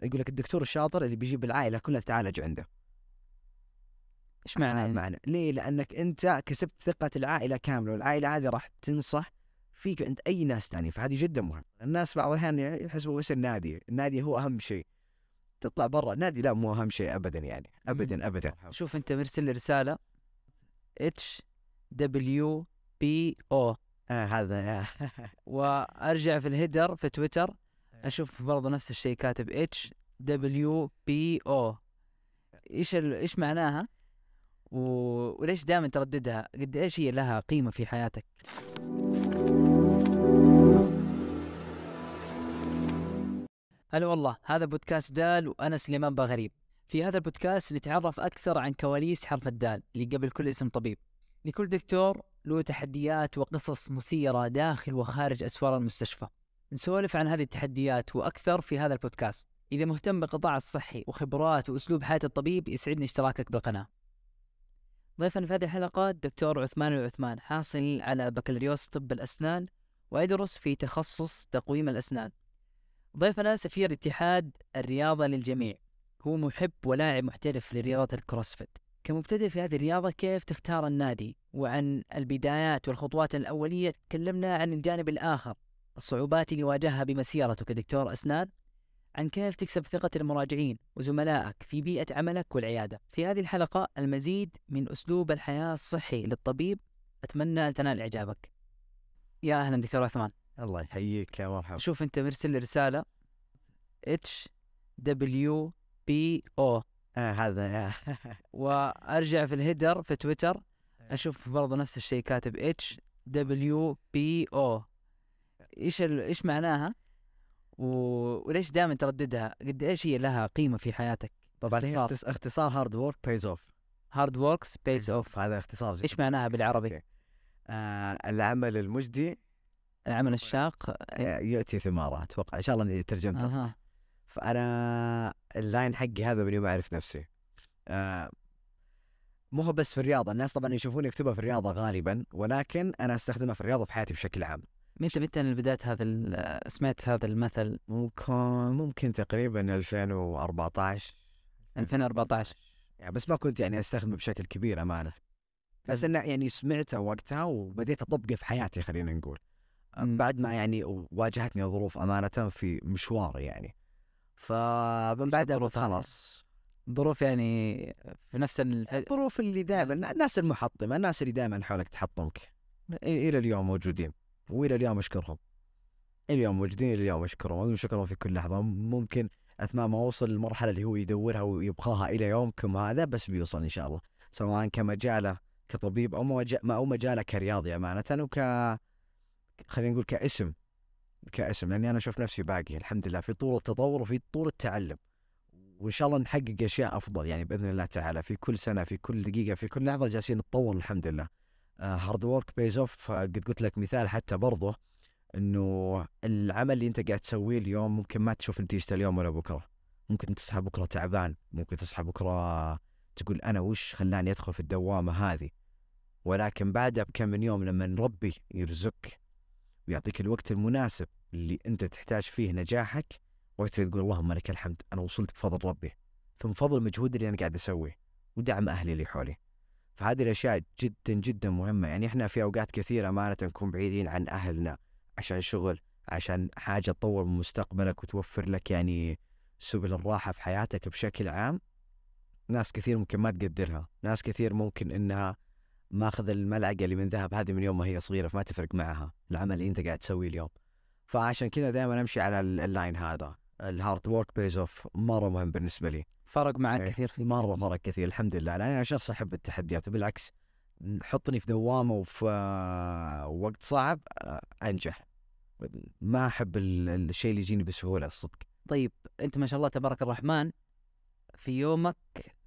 يقول لك الدكتور الشاطر اللي بيجيب العائله كلها تعالج عنده. ايش معنى يعني؟ معنى ليه؟ لانك انت كسبت ثقه العائله كامله، والعائله هذه راح تنصح فيك عند اي ناس ثاني، فهذه جدا مهم. الناس بعض الاحيان يحسبوا بس النادي هو اهم شيء، تطلع برا النادي لا مو اهم شيء ابدا، يعني ابدا ابدا. شوف انت مرسل لي رساله HWBO هذا وارجع في الهيدر في تويتر اشوف برضه نفس الشيء كاتب HWBO. ايش معناها وليش دائما ترددها؟ قد ايش هي لها قيمه في حياتك؟ هلا والله، هذا بودكاست دال وانا سليمان باغريب. في هذا البودكاست نتعرف اكثر عن كواليس حرف الدال اللي قبل كل اسم طبيب. لكل دكتور له تحديات وقصص مثيرة داخل وخارج اسوار المستشفى. نسولف عن هذه التحديات واكثر في هذا البودكاست. اذا مهتم بالقطاع الصحي وخبرات واسلوب حياة الطبيب يسعدني اشتراكك بالقناة. ضيفنا في هذه الحلقة الدكتور عثمان العثمان، حاصل على بكالوريوس طب الأسنان ويدرس في تخصص تقويم الأسنان. ضيفنا سفير اتحاد الرياضة للجميع، هو محب ولاعب محترف لرياضة الكروسفيت. كمبتدئ في هذه الرياضة كيف تختار النادي، وعن البدايات والخطوات الأولية تكلمنا عن الجانب الآخر، الصعوبات اللي واجهها بمسيرته كدكتور أسنان، عن كيف تكسب ثقة المراجعين وزملائك في بيئة عملك والعيادة. في هذه الحلقة المزيد من أسلوب الحياة الصحي للطبيب، أتمنى أن تنال إعجابك. يا أهلا دكتور عثمان. الله يحييك يا مرحبا. شوف أنت مرسل لي رسالة HWBO هذا وأرجع في الهيدر في تويتر أشوف برضو نفس الشيء كاتب HWBO. إيش معناها وليش دائما ترددها؟ قد إيش هي لها قيمة في حياتك؟ طبعا هي اختصار هارد وورك بيز اوف. هارد ووركس بيز اوف، هذا اختصار. إيش معناها بالعربي؟ العمل المجدي، العمل الشاق يؤتي ثماره. اتوقع ان شاء الله اني ترجمتها صح. فانا اللاين حقي هذا من يوم اعرف نفسي. مو هو بس في الرياضه، الناس طبعا يشوفوني اكتبها في الرياضه غالبا، ولكن انا استخدمها في الرياضه في حياتي بشكل عام. متى بدأت سمعت هذا المثل؟ ممكن تقريبا 2014 يعني، بس ما كنت يعني استخدمه بشكل كبير امانه، بس انه يعني سمعته وقتها وبديت اطبقه في حياتي خلينا نقول. بعد ما يعني واجهتني ظروف امانه في مشوار يعني، فمن بعدها خلاص ظروف يعني في نفس الظروف اللي دائما الناس المحطمه، الناس اللي دائما حولك تحطمك الى اليوم موجودين، والى اليوم اشكرهم. اليوم موجودين، الى اليوم اشكرهم وشكرهم في كل لحظه. ممكن اثناء ما اوصل للمرحله اللي هو يدورها ويبغاها الى يومكم هذا، بس بيوصل ان شاء الله، سواء كمجاله كطبيب او مجاله كرياضي امانه، خلينا نقول كاسم، لاني انا اشوف نفسي باقي الحمد لله في طور التطور وفي طور التعلم، وان شاء الله نحقق اشياء افضل يعني باذن الله تعالى. في كل سنه، في كل دقيقه، في كل لحظه جالسين نتطور الحمد لله. هارد وورك بيز اوف. قد قلت لك مثال حتى برضه، انه العمل اللي انت قاعد تسويه اليوم ممكن ما تشوف نتيجته اليوم ولا بكره، ممكن تصحى بكره تعبان، ممكن تصحى بكره تقول انا وش خلاني ادخل في الدوامه هذه، ولكن بعدها بكم من يوم لما ربي يرزقك ويعطيك الوقت المناسب اللي انت تحتاج فيه نجاحك، وقت تقول اللهم لك الحمد انا وصلت بفضل ربي، ثم فضل المجهود اللي انا قاعد اسويه ودعم اهلي اللي حولي. فهذه الاشياء جدا جدا مهمه. يعني احنا في اوقات كثيره امانه نكون بعيدين عن اهلنا عشان شغل، عشان حاجه تطور من مستقبلك وتوفر لك يعني سبل الراحه في حياتك بشكل عام. ناس كثير ممكن ما تقدرها، ناس كثير ممكن انها ماخذ الملعقه اللي من ذهب هذه من يوم ما هي صغيره، فما تفرق معها العمل اللي انت قاعد تسويه اليوم. فعشان كذا دائما امشي على اللاين هذا، الهارد وورك بيز اوف، مره مهم بالنسبه لي. فرق معك كثير في مره فرق كثير الحمد لله، لان انا شخص احب التحديات، وبالعكس حطني في دوامه وفي وقت صعب انجح، ما احب الشيء اللي يجيني بسهوله الصدق. طيب انت ما شاء الله تبارك الرحمن في يومك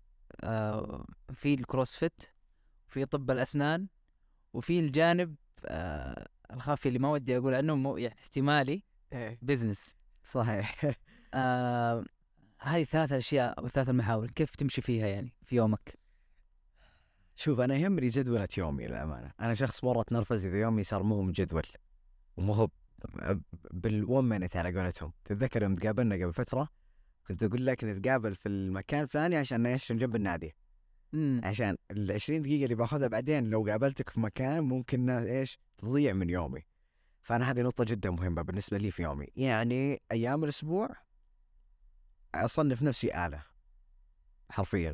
في الكروسفيت، في طب الاسنان، وفي الجانب الخافي اللي ما ودي اقول عنه يعني احتمالي بزنس صحيح. هاي ثلاث اشياء او ثلاث المحاور، كيف تمشي فيها يعني في يومك؟ شوف انا يهمني جدولة يومي للامانه، انا شخص مره تنرفز اذا يومي صار مو مجدول ومو هو بالون مينت على قولتهم. تتذكر يوم تقابلنا قبل فتره كنت اقول لك نتقابل في المكان الفلاني عشان ايش؟ جنب النادي، عشان ال20 دقيقة اللي باخذها بعدين لو قابلتك في مكان ممكن ايش تضيع من يومي. فانا هذه نقطة جدا مهمة بالنسبة لي في يومي. يعني ايام الاسبوع اصنف نفسي آلة حرفيا.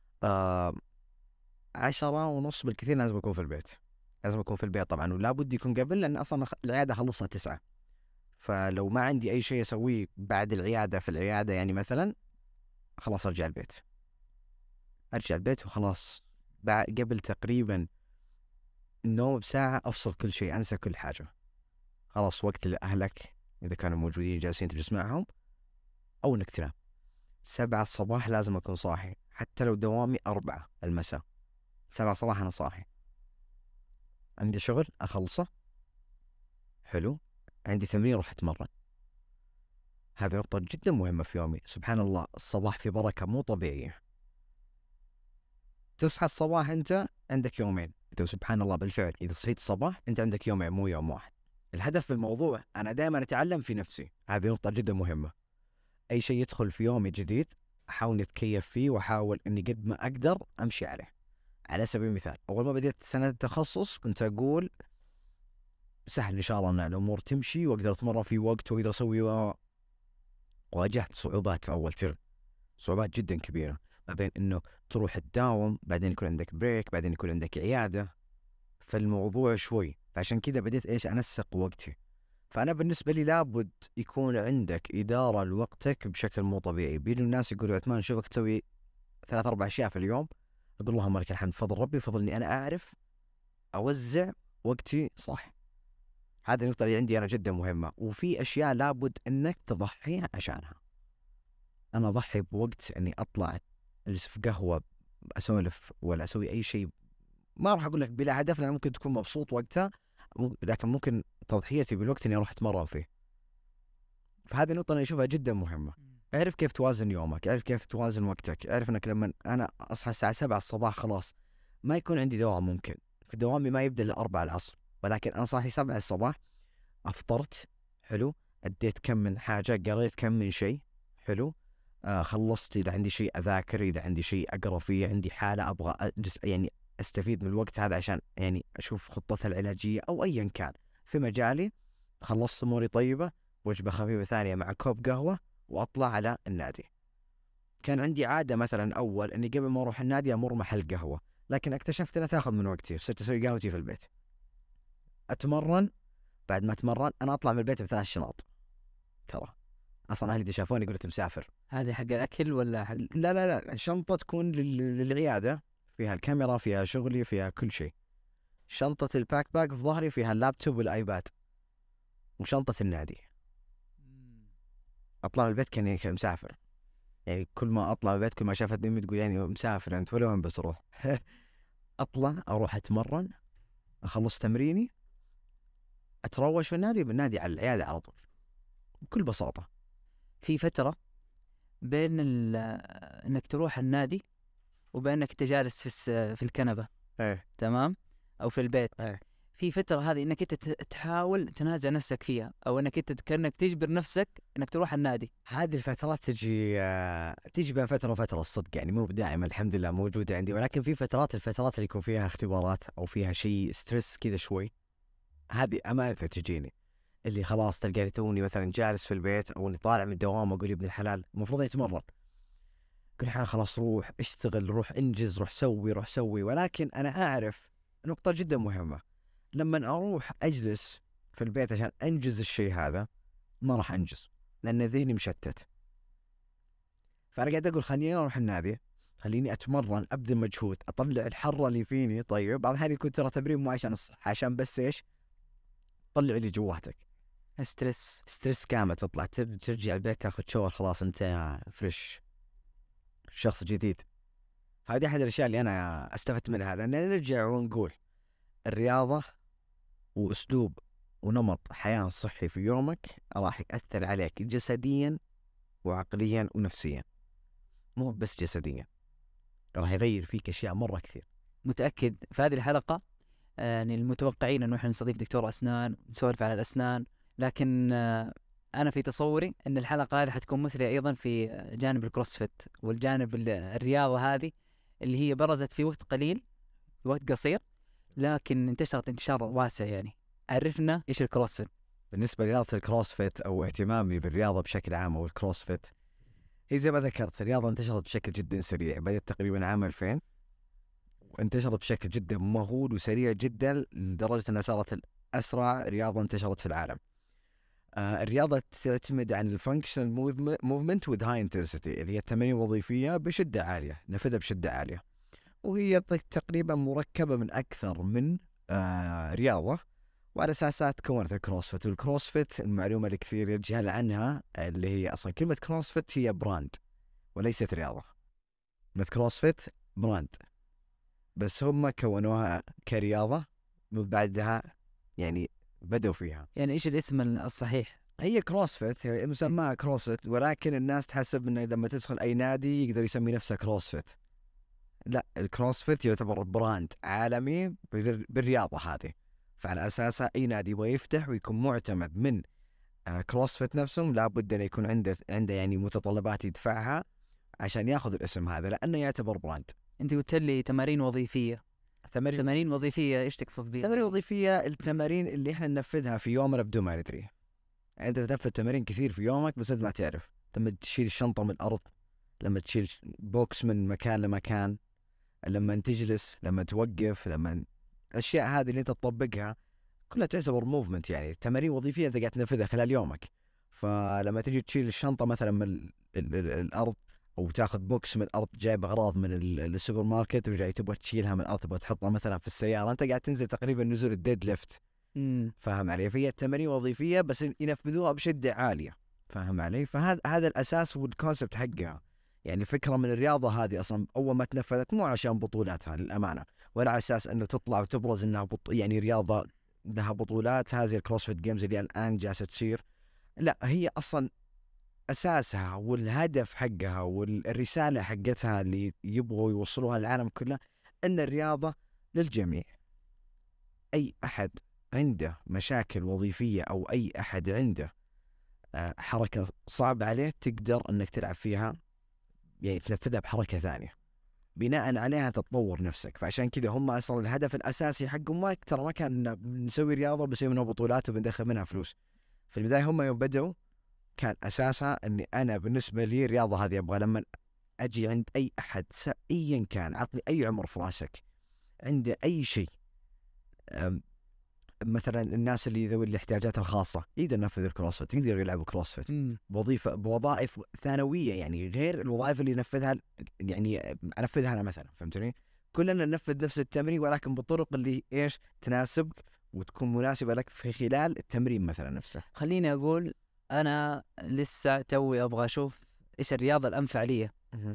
10:30 بالكثير لازم اكون في البيت. لازم اكون في البيت طبعا، ولا بد يكون قبل، لان اصلا العيادة اخلصها 9. فلو ما عندي اي شيء اسويه بعد العيادة في العيادة يعني مثلا، خلاص ارجع البيت. وخلاص قبل تقريبا النوم بساعة افصل كل شيء، انسى كل حاجة. خلاص وقت لأهلك اذا كانوا موجودين جالسين تجلس معهم، او انك تنام. 7 الصباح لازم اكون صاحي، حتى لو دوامي 4 المساء 7 الصباح انا صاحي. عندي شغل اخلصه، حلو، عندي تمرين اروح اتمرن. هذه نقطة جدا مهمة في يومي. سبحان الله الصباح في بركة مو طبيعية. تصحى الصباح انت عندك يومين، اذا سبحان الله بالفعل اذا صحيت الصباح انت عندك يومين مو يوم واحد. الهدف في الموضوع انا دائما اتعلم في نفسي، هذه نقطة جدا مهمة. اي شيء يدخل في يومي جديد احاول اتكيف فيه، واحاول اني قد ما اقدر امشي عليه. على سبيل المثال اول ما بديت سنة التخصص كنت اقول سهل ان شاء الله ان الامور تمشي واقدر اتمرن في وقت واقدر اسوي. واجهت صعوبات في اول ترم، صعوبات جدا كبيرة، ما بين انه تروح تداوم بعدين يكون عندك بريك بعدين يكون عندك عيادة، فالموضوع شوي. فعشان كذا بديت ايش انسق وقتي. فانا بالنسبة لي لابد يكون عندك ادارة لوقتك بشكل مو طبيعي. بيجوا الناس يقولوا عثمان نشوفك تسوي 3-4 اشياء في اليوم، اقول اللهم لك الحمد، فضل ربي، فضل اني انا اعرف اوزع وقتي صح. هذه النقطة اللي عندي انا جدا مهمة. وفي اشياء لابد انك تضحي عشانها. انا اضحي بوقت اني اطلع اجلس في قهوة اسولف ولا اسوي اي شيء، ما راح اقول لك بلا هدف لان ممكن تكون مبسوط وقتها، لكن ممكن تضحيتي بالوقت اني اروح اتمرن فيه. فهذه النقطة انا اشوفها جدا مهمة. اعرف كيف توازن يومك، اعرف كيف توازن وقتك، اعرف انك لما انا اصحى الساعة 7 الصباح خلاص ما يكون عندي دوام، ممكن دوامي ما يبدأ الا 4 العصر، ولكن انا صاحي 7 الصباح، افطرت حلو، اديت كم من حاجة، قريت كم من شيء حلو، خلصت اذا عندي شيء اذاكر، اذا عندي شيء اقرا فيه، عندي حالة ابغى اجلس يعني استفيد من الوقت هذا عشان يعني اشوف خطتها العلاجية او ايا كان في مجالي. خلصت اموري طيبة، وجبة خفيفة ثانية مع كوب قهوة، واطلع على النادي. كان عندي عادة مثلا اول اني قبل ما اروح النادي امر محل قهوة، لكن اكتشفت انها تاخذ من وقتي، صرت اسوي قهوتي في البيت. اتمرن، بعد ما اتمرن انا اطلع من البيت ب3 شنط. ترى اصلا اهلي اذا شافوني قلت مسافر. هذه حق الاكل ولا حق؟ لا شنطة تكون للعيادة، فيها الكاميرا، فيها شغلي، فيها كل شيء. شنطة الباك باك في ظهري فيها اللابتوب والايباد، وشنطة النادي. اطلع من البيت كاني مسافر. يعني كل ما اطلع من البيت كل ما شافت امي تقول يعني مسافر انت ولا وين بتروح. اطلع اروح اتمرن، اخلص تمريني، اتروش في النادي، بالنادي على العيادة على طول بكل بساطة. في فترة بين انك تروح النادي وبين انك تجالس في الكنبة، ايه تمام، او في البيت، ايه في فترة هذه انك انت تحاول تنازع نفسك فيها، او انك انت كأنك تجبر نفسك انك تروح النادي. هذه الفترات تجي بين فترة وفترة الصدق، يعني مو دائما الحمد لله موجودة عندي، ولكن في الفترات اللي يكون فيها اختبارات او فيها شيء ستريس كذا شوي، هذه امانة تجيني. اللي خلاص تلقاني توني مثلا جالس في البيت او اني طالع من الدوام، اقول يا ابن الحلال المفروض يتمرن، كل حال خلاص روح اشتغل، روح انجز، روح سوي. ولكن انا اعرف نقطة جدا مهمة، لما اروح اجلس في البيت عشان انجز الشيء هذا ما راح انجز، لان ذهني مشتت. فانا قاعد اقول خليني اروح النادي، خليني اتمرن، ابذل مجهود، اطلع الحره اللي فيني. طيب بعض الأحيان يكون ترى تمرين مو عشان الصحه، عشان بس ايش؟ طلع اللي جواتك، ستريس كامل، تطلع ترجع البيت تاخذ شاور، خلاص انت فريش، شخص جديد. هذه احد الاشياء اللي انا استفدت منها، لان نرجع ونقول الرياضه واسلوب ونمط حياه صحي في يومك راح ياثر عليك جسديا وعقليا ونفسيا، مو بس جسديا، راح يغير فيك اشياء مره كثير. متأكد في هذه الحلقة يعني المتوقعين انه احنا نستضيف دكتور اسنان نسولف على الاسنان، لكن انا في تصوري ان الحلقه هذه حتكون مثريه ايضا في جانب الكروسفيت والجانب الرياضه هذه اللي هي برزت في وقت قليل، في وقت قصير، لكن انتشرت انتشار واسع. يعني عرفنا ايش الكروسفيت. بالنسبة لرياضة الكروسفيت أو اهتمامي بالرياضة بشكل عام أو الكروسفيت، هي زي ما ذكرت الرياضة انتشرت بشكل جدا سريع، بدأت تقريبا عام 2000 وانتشرت بشكل جدا مهول وسريع جدا لدرجة أنها صارت أسرع رياضة انتشرت في العالم. الرياضة تعتمد عن الفانكشنال موفمنت with high intensity، اللي هي التمارين الوظيفية بشدة عالية، نفذها بشدة عالية، وهي تقريبا مركبة من أكثر من رياضة، وعلى أساسها تكونت الكروسفيت. والكروسفيت المعلومة اللي كثير يجهل عنها اللي هي أصلا كلمة كروسفيت هي براند وليست رياضة. كلمة كروسفيت براند، بس هم كونوها كرياضة وبعدها يعني بدوا فيها. يعني ايش الاسم الصحيح؟ هي كروسفيت، هي مسماها كروسفيت، ولكن الناس تحسب انه لما تدخل اي نادي يقدر يسمي نفسه كروسفيت. لا، الكروسفيت يعتبر براند عالمي بالرياضة هذه، فعلى اساسها اي نادي يبغى يفتح ويكون معتمد من كروسفيت نفسهم لابد انه يكون عنده يعني متطلبات يدفعها عشان ياخذ الاسم هذا، لانه يعتبر براند. انت قلت لي تمارين وظيفيه. تمارين وظيفيه ايش تقصد بها؟ تمارين وظيفية التمارين اللي احنا ننفذها في يومنا بدون ما ندري. يعني انت تنفذ تمارين كثير في يومك بس انت ما تعرف، لما تشيل الشنطة من الارض، لما تشيل بوكس من مكان لمكان، لما تجلس، لما توقف، لما الاشياء هذه اللي انت تطبقها كلها تعتبر موفمنت، يعني تمارين وظيفية انت قاعد تنفذها خلال يومك. فلما تجي تشيل الشنطة مثلا من الارض، او تاخذ بوكس من الارض جايب اغراض من السوبر ماركت وجاي تبغى تشيلها من الارض تبغى تحطها مثلا في السيارة، انت قاعد تنزل تقريبا نزول الديد ليفت. فاهم علي؟ فهي تمارين وظيفية بس ينفذوها بشدة عالية. فاهم علي؟ فهذا الاساس والكونسبت حقها. يعني الفكرة من الرياضة هذه اصلا اول ما تنفذت مو عشان بطولاتها للامانة، ولا على اساس انه تطلع وتبرز انها يعني رياضة لها بطولات هذه الكروسفيت جيمز اللي الان جالسة تصير. لا، هي اصلا اساسها والهدف حقها والرسالة حقتها اللي يبغوا يوصلوها للعالم كله ان الرياضة للجميع. اي احد عنده مشاكل وظيفية أو أي أحد عنده حركة صعبة عليه تقدر أنك تلعب فيها، يعني تنفذها بحركة ثانية، بناء عليها تتطور نفسك. فعشان كذا هم أصلا الهدف الأساسي حقهم ما ترى ما كان نسوي رياضة بسوي منها بطولات وبندخل منها فلوس. في البداية هم يوم بدأوا كان أساسها أني أنا بالنسبة لي الرياضة هذه أبغى لما أجي عند أي أحد أيا كان، عطني أي عمر في راسك عنده أي شيء، مثلا الناس اللي ذوي الاحتياجات الخاصة يقدر ينفذ الكروسفيت، يقدر يلعب كروسفيت بوظائف ثانوية، يعني غير الوظائف اللي ينفذها، يعني أنفذها أنا مثلا. فهمتني؟ كلنا ننفذ نفس التمرين ولكن بالطرق اللي إيش تناسبك وتكون مناسبة لك في خلال التمرين مثلا نفسه. خليني أقول أنا لسه توي أبغى أشوف إيش الرياضة الأنفع لي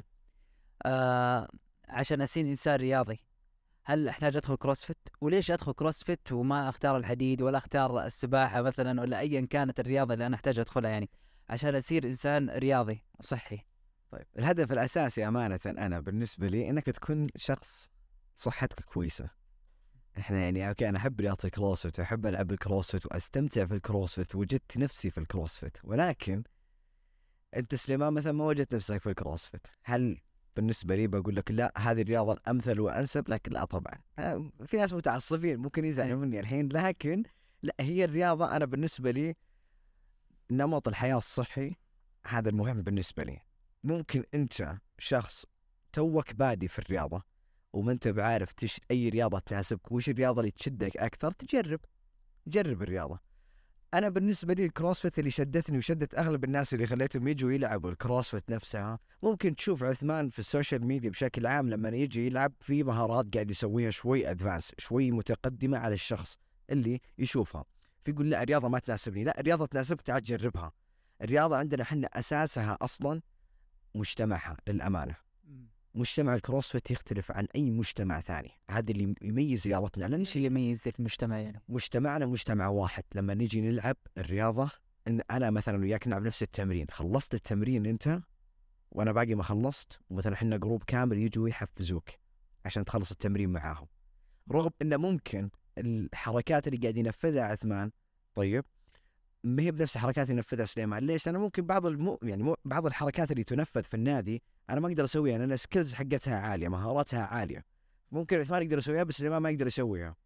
عشان أصير إنسان رياضي. هل أحتاج أدخل كروسفيت؟ وليش أدخل كروسفيت وما أختار الحديد ولا أختار السباحة مثلا ولا أيا كانت الرياضة اللي أنا أحتاج أدخلها، يعني عشان أصير إنسان رياضي صحي؟ طيب، الهدف الأساسي أمانة أنا بالنسبة لي إنك تكون شخص صحتك كويسة. إحنا يعني أوكي أنا أحب رياضة الكروسفيت وأحب ألعب الكروسفيت وأستمتع في الكروسفيت، وجدت نفسي في الكروسفيت، ولكن أنت سليمان مثلا ما وجدت نفسك في الكروسفيت. هل بالنسبة لي بقول لك لا هذه الرياضة الأمثل وأنسب لك؟ لا طبعا. في ناس متعصبين ممكن يزعلوا مني الحين، لكن لا، هي الرياضة أنا بالنسبة لي نمط الحياة الصحي هذا المهم بالنسبة لي. ممكن أنت شخص توك بادي في الرياضة وما أنت بعارف أي رياضة تناسبك وش الرياضة اللي تشدك أكثر، جرب الرياضة. أنا بالنسبة لي الكروسفيت اللي شدتني وشدت أغلب الناس اللي خليتهم يجوا يلعبوا الكروسفيت نفسها، ممكن تشوف عثمان في السوشيال ميديا بشكل عام لما يجي يلعب في مهارات قاعد يسويها شوي أدفانس، شوي متقدمة على الشخص اللي يشوفها، فيقول لا الرياضة ما تناسبني. لا، الرياضة تناسبك، تعال جربها. الرياضة عندنا حنا أساسها أصلا مجتمعها للأمانة. مجتمع الكروسفيت يختلف عن أي مجتمع ثاني، هذا اللي يميز رياضتنا. لأن إيش اللي يميز المجتمع؟ يعني مجتمعنا مجتمع واحد. لما نيجي نلعب الرياضة، إن أنا مثلا وياك نلعب نفس التمرين، خلصت التمرين أنت وأنا باقي ما خلصت، ومثلا حنا جروب كامل يجوا يحفزوك عشان تخلص التمرين معاهم، رغم إنه ممكن الحركات اللي قاعد ينفذها عثمان طيب ما هي بنفس الحركات اللي ينفذها سليمان. ليش؟ أنا ممكن بعض الحركات اللي تنفذ في النادي أنا ما أقدر أسويها، لأن السكيلز حقتها عالية، مهاراتها عالية. ممكن عثمان يقدر يسويها بس سليمان ما يقدر يسويها.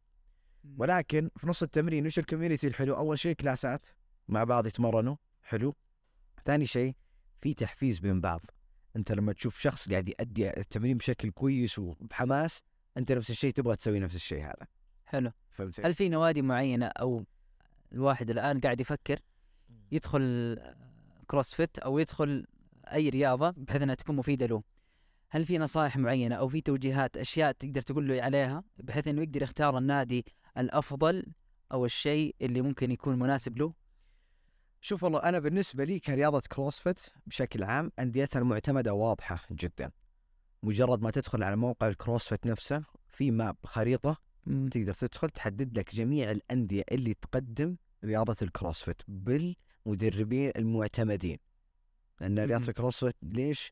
ولكن في نص التمرين وش الكوميونتي الحلو؟ أول شيء كلاسات مع بعض يتمرنوا حلو. ثاني شيء في تحفيز بين بعض. أنت لما تشوف شخص قاعد يؤدي التمرين بشكل كويس وبحماس، أنت نفس الشيء تبغى تسوي نفس الشيء هذا. حلو. فهمت؟ هل في نوادي معينة أو الواحد الآن قاعد يفكر يدخل كروسفيت أو يدخل أي رياضة بحيث أنها تكون مفيدة له، هل في نصائح معينة أو في توجيهات أشياء تقدر تقول له عليها بحيث أنه يقدر يختار النادي الأفضل أو الشيء اللي ممكن يكون مناسب له؟ شوف والله أنا بالنسبة لي كرياضة كروسفيت بشكل عام أنديتها المعتمدة واضحة جدا. مجرد ما تدخل على موقع الكروسفيت نفسه في ماب خريطة تقدر تدخل تحدد لك جميع الأندية اللي تقدم رياضة الكروسفيت بالمدربين المعتمدين. لأن رياضة الكروسفيت ليش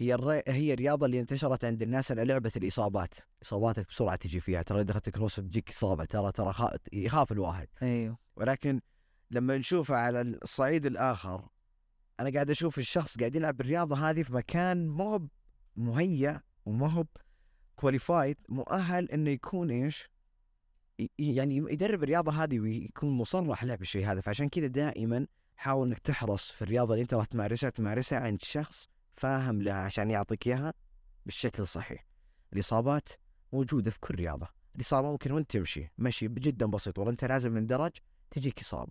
هي الرياضة اللي انتشرت عند الناس على لعبة الإصابات. إصاباتك بسرعة تجي فيها، ترى دخلت الكروسفيت تجيك إصابة، ترى يخاف الواحد. أيوه. ولكن لما نشوفها على الصعيد الآخر، أنا قاعد أشوف الشخص قاعد يلعب الرياضة هذه في مكان مو مهيأ وما هو كواليفايد مؤهل إنه يكون إيش يعني يدرب الرياضة هذه ويكون مصرح له بالشيء هذا. فعشان كذا دائما حاول إنك تحرص في الرياضة اللي أنت راح تمارسها عند شخص فاهم لها عشان يعطيك إياها بالشكل الصحيح. الإصابات موجودة في كل رياضة. الإصابة ممكن وأنت تمشي مشي جدا بسيط ولا أنت نازل من درج تجيك إصابة،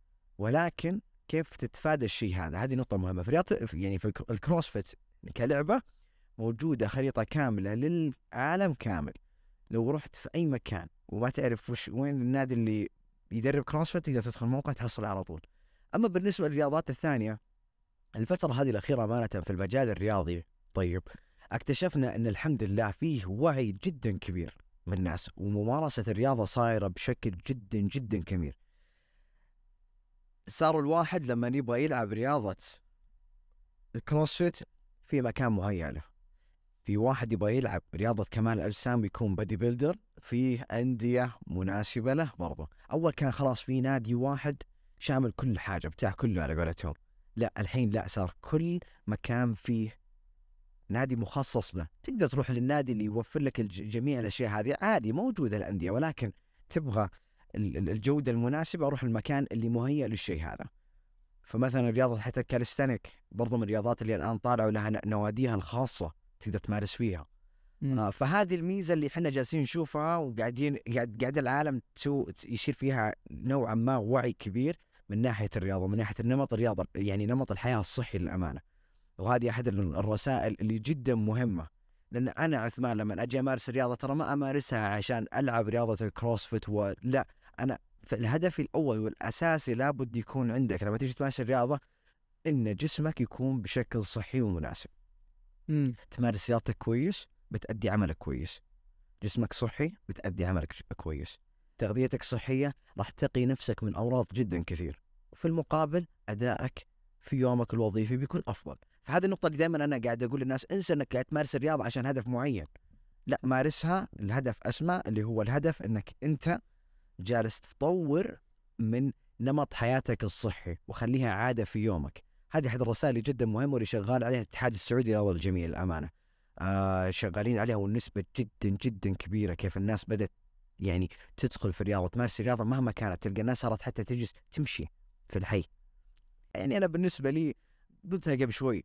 ولكن كيف تتفادى الشيء هذا؟ هذه نقطة مهمة في رياضة يعني في الكروسفيت كلعبة. موجودة خريطة كاملة للعالم كامل. لو رحت في أي مكان وما تعرف وين النادي اللي يدرب كروسفيت تقدر تدخل موقع تحصل على طول. أما بالنسبة للرياضات الثانية، الفترة هذه الأخيرة أمانة في المجال الرياضي طيب اكتشفنا أن الحمد لله فيه وعي جدا كبير من الناس، وممارسة الرياضة صايرة بشكل جدا جدا كبير. صار الواحد لما يبغى يلعب رياضة الكروسفيت في مكان مهيأ له. في واحد يبغى يلعب رياضة كمال الأجسام يكون بادي بيلدر، فيه أندية مناسبة له برضه. أول كان خلاص في نادي واحد شامل كل حاجة بتاع كله على قولتهم، لا الحين لا، صار كل مكان فيه نادي مخصص له. تقدر تروح للنادي اللي يوفر لك جميع الأشياء هذه عادي، موجودة الأندية، ولكن تبغى الجودة المناسبة أروح المكان اللي مهيأ للشيء هذا. فمثلا رياضة حتى الكاليستانيك برضو من الرياضات اللي الآن طالعوا لها نواديها الخاصة تقدر تمارس فيها. فهذه الميزة اللي احنا جالسين نشوفها وقاعدين قاعد العالم يصير فيها نوعا ما وعي كبير من ناحية الرياضة، من ناحية النمط الرياضة يعني نمط الحياة الصحي للأمانة. وهذه أحد الرسائل اللي جدا مهمة. لأن أنا عثمان لما أجي أمارس الرياضة ترى ما أمارسها عشان ألعب رياضة الكروسفيت لا، أنا الهدف الأول والأساسي لابد يكون عندك لما تيجي تمارس الرياضة إن جسمك يكون بشكل صحي ومناسب. تمارس رياضتك كويس بتأدي عملك كويس، جسمك صحي بتأدي عملك كويس، تغذيتك صحية راح تقي نفسك من أمراض جدا كثير، وفي المقابل أدائك في يومك الوظيفي بيكون أفضل. فهذه النقطة اللي دائما أنا قاعد أقول للناس انسى أنك قاعد تمارس الرياضة عشان هدف معين، لا مارسها الهدف أسمى اللي هو الهدف أنك أنت جالس تطور من نمط حياتك الصحي وخليها عادة في يومك. هذه أحد الرسائل اللي جدا مهمة واللي شغال عليها الاتحاد السعودي للرياضة الجميع الأمانة. شغالين عليها والنسبة جدا جدا كبيرة. كيف الناس بدأت يعني تدخل في الرياضة تمارس الرياضة مهما كانت، تلقى الناس صارت حتى تجلس تمشي في الحي. يعني أنا بالنسبة لي قلتها قبل شوي،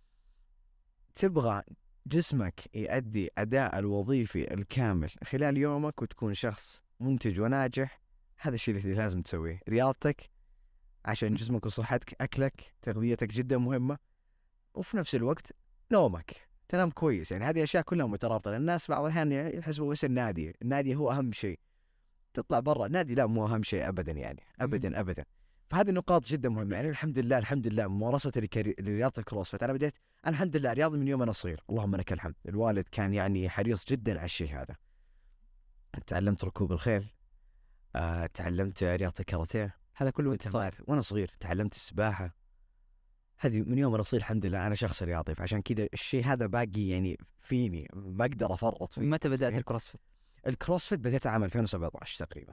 تبغى جسمك يؤدي أداء الوظيفي الكامل خلال يومك وتكون شخص منتج وناجح، هذا الشيء اللي لازم تسويه. رياضتك عشان جسمك وصحتك، أكلك، تغذيتك جدا مهمة، وفي نفس الوقت نومك، تنام كويس. يعني هذه أشياء كلها مترابطة. الناس بعض الأحيان يحسبوا وش النادي هو أهم شيء، تطلع برا النادي لا مو أهم شيء أبدا، يعني أبدا أبدا. فهذه النقاط جدا مهمة. يعني الحمد لله ممارسة لرياضة الكروسفيت أنا بديت الحمد لله رياضي من يوم أنا صغير، اللهم لك الحمد. الوالد كان يعني حريص جدا على الشيء هذا. تعلمت ركوب الخيل، تعلمت رياضة الكاراتيه، هذا كله وانت صغير. وانا صغير تعلمت السباحة. هذه من يوم انا صغير الحمد لله انا شخص رياضي، فعشان كذا الشيء هذا باقي يعني فيني، ما اقدر افرط فيه. متى بدأت الكروسفيت؟ الكروسفيت بديت عام 2017 تقريبا.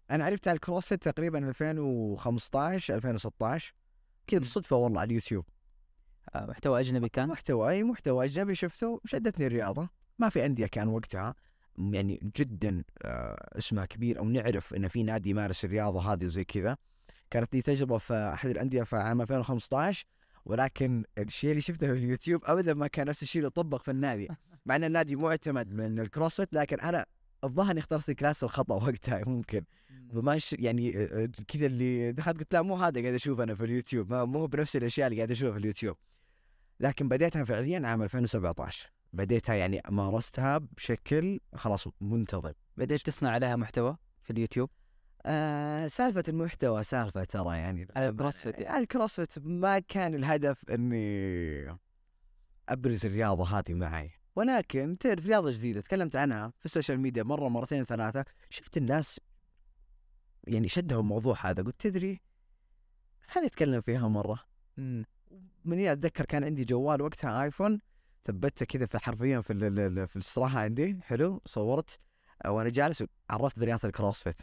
انا عرفت على الكروسفيت تقريبا 2015 2016 كذا بالصدفه والله على اليوتيوب. محتوى اجنبي كان؟ محتوى اجنبي شفته شدتني الرياضه. ما في انديه كان وقتها يعني جدا اسمها كبير او نعرف ان في نادي يمارس الرياضه هذه وزي كذا. كانت لي تجربه في احد الانديه في عام 2015، ولكن الشيء اللي شفته في اليوتيوب ابدا ما كان نفس الشيء اللي طبق في النادي. مع ان النادي معتمد من الكروسفيت، لكن انا الظاهر اني اخترت الكلاس الخطا وقتها ممكن. فما يعني كذا اللي دخلت قلت لا مو هذا قاعد اشوف انا في اليوتيوب، مو بنفس الاشياء اللي قاعد اشوفها في اليوتيوب. لكن بديتها فعليا عام 2017، بديتها يعني مارستها بشكل خلاص منتظم. بديت تصنع عليها محتوى في اليوتيوب؟ سالفة المحتوى سالفة ترى يعني على الكروسفيت يعني. على الكروسفيت ما كان الهدف اني ابرز الرياضة هذه معي، ولكن تعرف رياضة جديدة تكلمت عنها في السوشيال ميديا مرة مرتين ثلاثة، شفت الناس يعني شدوا الموضوع هذا، قلت تدري خليني اتكلم فيها مرة. من اتذكر كان عندي جوال وقتها ايفون، ثبتته كذا في حرفيا في الاستراحة عندي، حلو، صورت وانا جالس عرفت برياضة الكروسفيت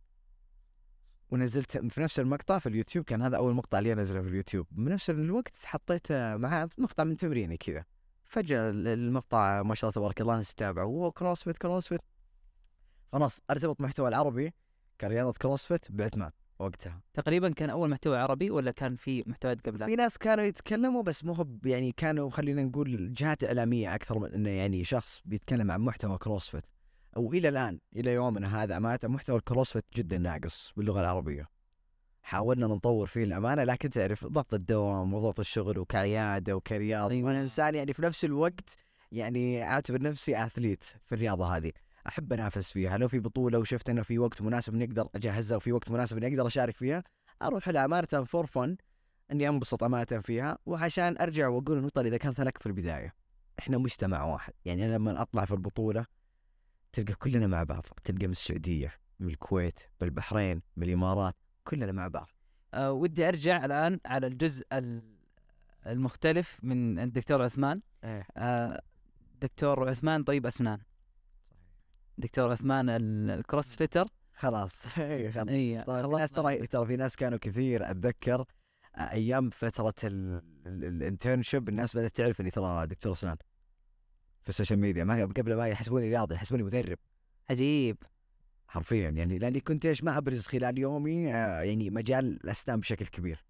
ونزلت في نفس المقطع في اليوتيوب. كان هذا اول مقطع لي انزله في اليوتيوب، بنفس الوقت حطيت معاه مقطع من تمريني كذا. فجأة المقطع ما شاء الله تبارك الله الناس تتابعه، وهو كروسفيت. خلاص ارتبط محتوى العربي كرياضة كروسفيت بعثمان وقتها. تقريبا كان اول محتوى عربي ولا كان في محتويات قبلها؟ في ناس كانوا يتكلموا بس مو يعني كانوا خلينا نقول جهات اعلاميه اكثر من انه يعني شخص بيتكلم عن محتوى كروسفيت. او الى الان الى يومنا هذا امانه محتوى الكروسفيت جدا ناقص باللغه العربيه. حاولنا نطور فيه الامانه، لكن تعرف ضغط الدوام وضغط الشغل وكعياده وكرياض، وانا انسان يعني في نفس الوقت يعني اعتبر نفسي اثليت في الرياضه هذه، احب انافس فيها. لو في بطوله وشفت انه في وقت مناسب اني اقدر اجهزها وفي وقت مناسب اني اقدر اشارك فيها، اروح لها امانه فور فن، اني انبسط امانه فيها. وعشان ارجع واقول النقطه اللي ذكرتها لك في البدايه، احنا مجتمع واحد. يعني انا لما اطلع في البطوله تلقى كلنا مع بعض، تلقى من السعوديه، من الكويت، من البحرين، من الامارات، كلنا مع بعض. ودي ارجع الان على الجزء المختلف من الدكتور عثمان. دكتور عثمان طيب اسنان. دكتور عثمان الكروسفيتر. خلاص خلاص. خلاص. في ناس كانوا كثير اتذكر ايام فتره الانترنشيب، الناس بدات تعرف اني ترى دكتور اسنان في السوشيال ميديا. ما قبل ما يحسبوني رياضي، يحسبوني مدرب. عجيب. حرفيا يعني لاني كنت ما ابرز خلال يومي يعني مجال الاسنان بشكل كبير.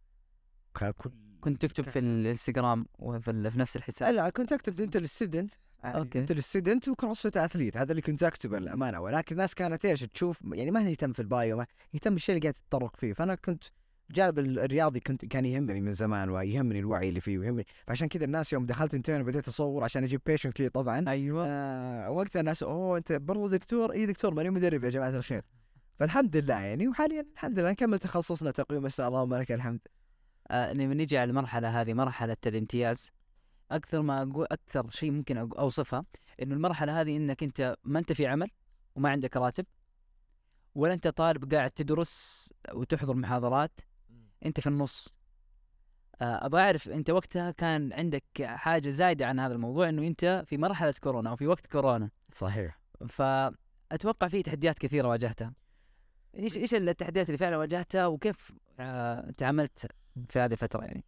كنت تكتب في الانستغرام وفي نفس الحساب؟ لا كنت اكتب دنتل ستودنت. دنتل ستودنت وكروسفيت اثليت، هذا اللي كنت اكتبه الامانه. ولكن الناس كانت تشوف يعني ما يهتم في البايو، ما يهتم بالشيء اللي قاعد تتطرق فيه. فانا كنت جانب الرياضي كان يهمني من زمان، ويهمني الوعي اللي فيه ويهمني. فعشان كذا الناس يوم دخلت انترن بديت اصور عشان اجيب بيشنت لي طبعا. ايوه. وقتها الناس انت برضو دكتور؟ اي دكتور، ماني مدرب يا جماعه الخير. فالحمد لله يعني، وحاليا الحمد لله نكمل تخصصنا تقويم السنه، اللهم لك الحمد. لما نيجي على المرحله هذه، مرحله الامتياز، اكثر شيء ممكن اوصفها انه المرحله هذه انك انت ما انت في عمل وما عندك راتب، ولا انت طالب قاعد تدرس وتحضر محاضرات، انت في النص. ابغى اعرف انت وقتها كان عندك حاجه زايده عن هذا الموضوع، انه انت في مرحله كورونا او في وقت كورونا. صحيح. فاتوقع في تحديات كثيره واجهتها. ايش التحديات اللي فعلا واجهتها، وكيف تعاملت في هذه الفتره يعني؟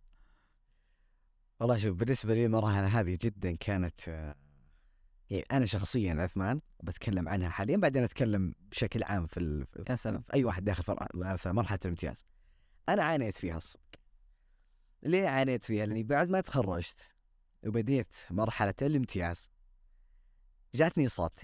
والله شوف، بالنسبة لي المرحلة هذه جدا كانت يعني أنا شخصيا عثمان بتكلم عنها حاليا، بعدين أتكلم بشكل عام في أي واحد داخل في مرحلة الامتياز. أنا عانيت فيها الصدق. ليه عانيت فيها؟ لأني بعد ما تخرجت وبديت مرحلة الامتياز جاتني إصابتي.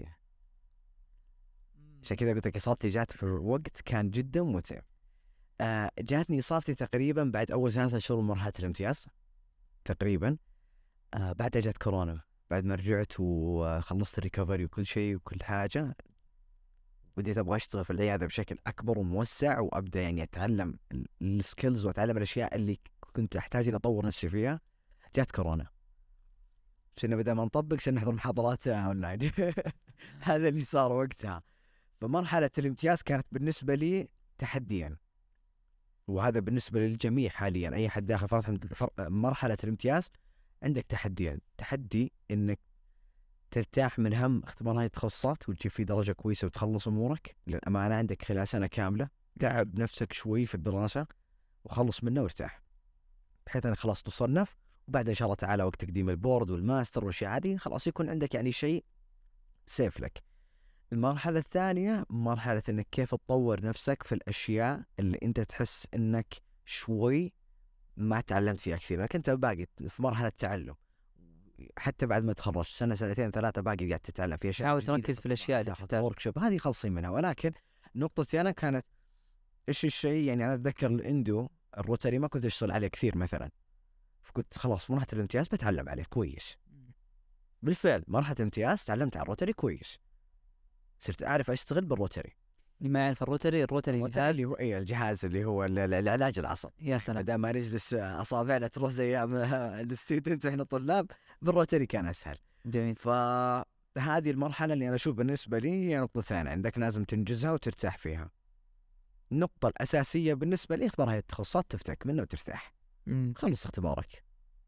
عشان كذا قلت لك إصابتي جات في وقت كان جدا متعب. جاتني إصابتي تقريبا بعد أول 3 شهور من مرحلة الامتياز تقريبا. بعدها جات كورونا. بعد ما رجعت وخلصت الريكفري وكل شيء وكل حاجة، بديت أبغى أشتغل في العيادة بشكل أكبر وموسع، وأبدأ يعني أتعلم السكيلز وأتعلم الأشياء اللي كنت أحتاج إني أطور نفسي فيها. جات كورونا، صرنا بدأ ما نطبق، صرنا نحضر محاضرات أونلاين. هذا اللي صار وقتها. فمرحلة الامتياز كانت بالنسبة لي تحديا، وهذا بالنسبة للجميع حاليا. أي حد داخل مرحلة الامتياز عندك تحديا. تحدي إنك ترتاح من هم اختبار هاي التخصصات وتجيب فيه درجة كويسة وتخلص أمورك، للأمانة عندك خلال سنة كاملة تعب نفسك شوي في الدراسة وخلص منه وارتاح، بحيث أنك خلاص تصنف، وبعد إن شاء الله تعالى وقت تقديم البورد والماستر والأشياء هذه خلاص يكون عندك يعني شيء سيف لك. المرحلة الثانية مرحلة انك كيف تطور نفسك في الاشياء اللي انت تحس انك شوي ما تعلمت فيها كثير، لانك انت باقي في مرحلة تعلم حتى بعد ما تخرجت سنة سنتين ثلاثة باقي قاعد تتعلم في اشياء. حاول تركز في الاشياء اللي تحتاج. ورك هذه خلصين منها، ولكن نقطتي انا كانت ايش الشيء، يعني انا اتذكر الاندو الروتري ما كنت اشتغل عليه كثير مثلا، فكنت خلاص مرحلة الامتياز بتعلم عليه كويس. بالفعل مرحلة الامتياز تعلمت على الروتري كويس، صرت اعرف اشتغل بالروتري. اللي ما يعرف الروتري جهاز اللي هو الجهاز اللي هو العلاج العصب. يا سلام. بدل ما نجلس اصابعنا تروح زي ايام الستودنت واحنا طلاب، بالروتري كان اسهل. جميل. فهذه المرحله اللي انا اشوف بالنسبه لي هي نقطتين عندك لازم تنجزها وترتاح فيها. النقطه الاساسيه بالنسبه لي اختبار هاي التخصصات تفتك منه وترتاح. خلص اختبارك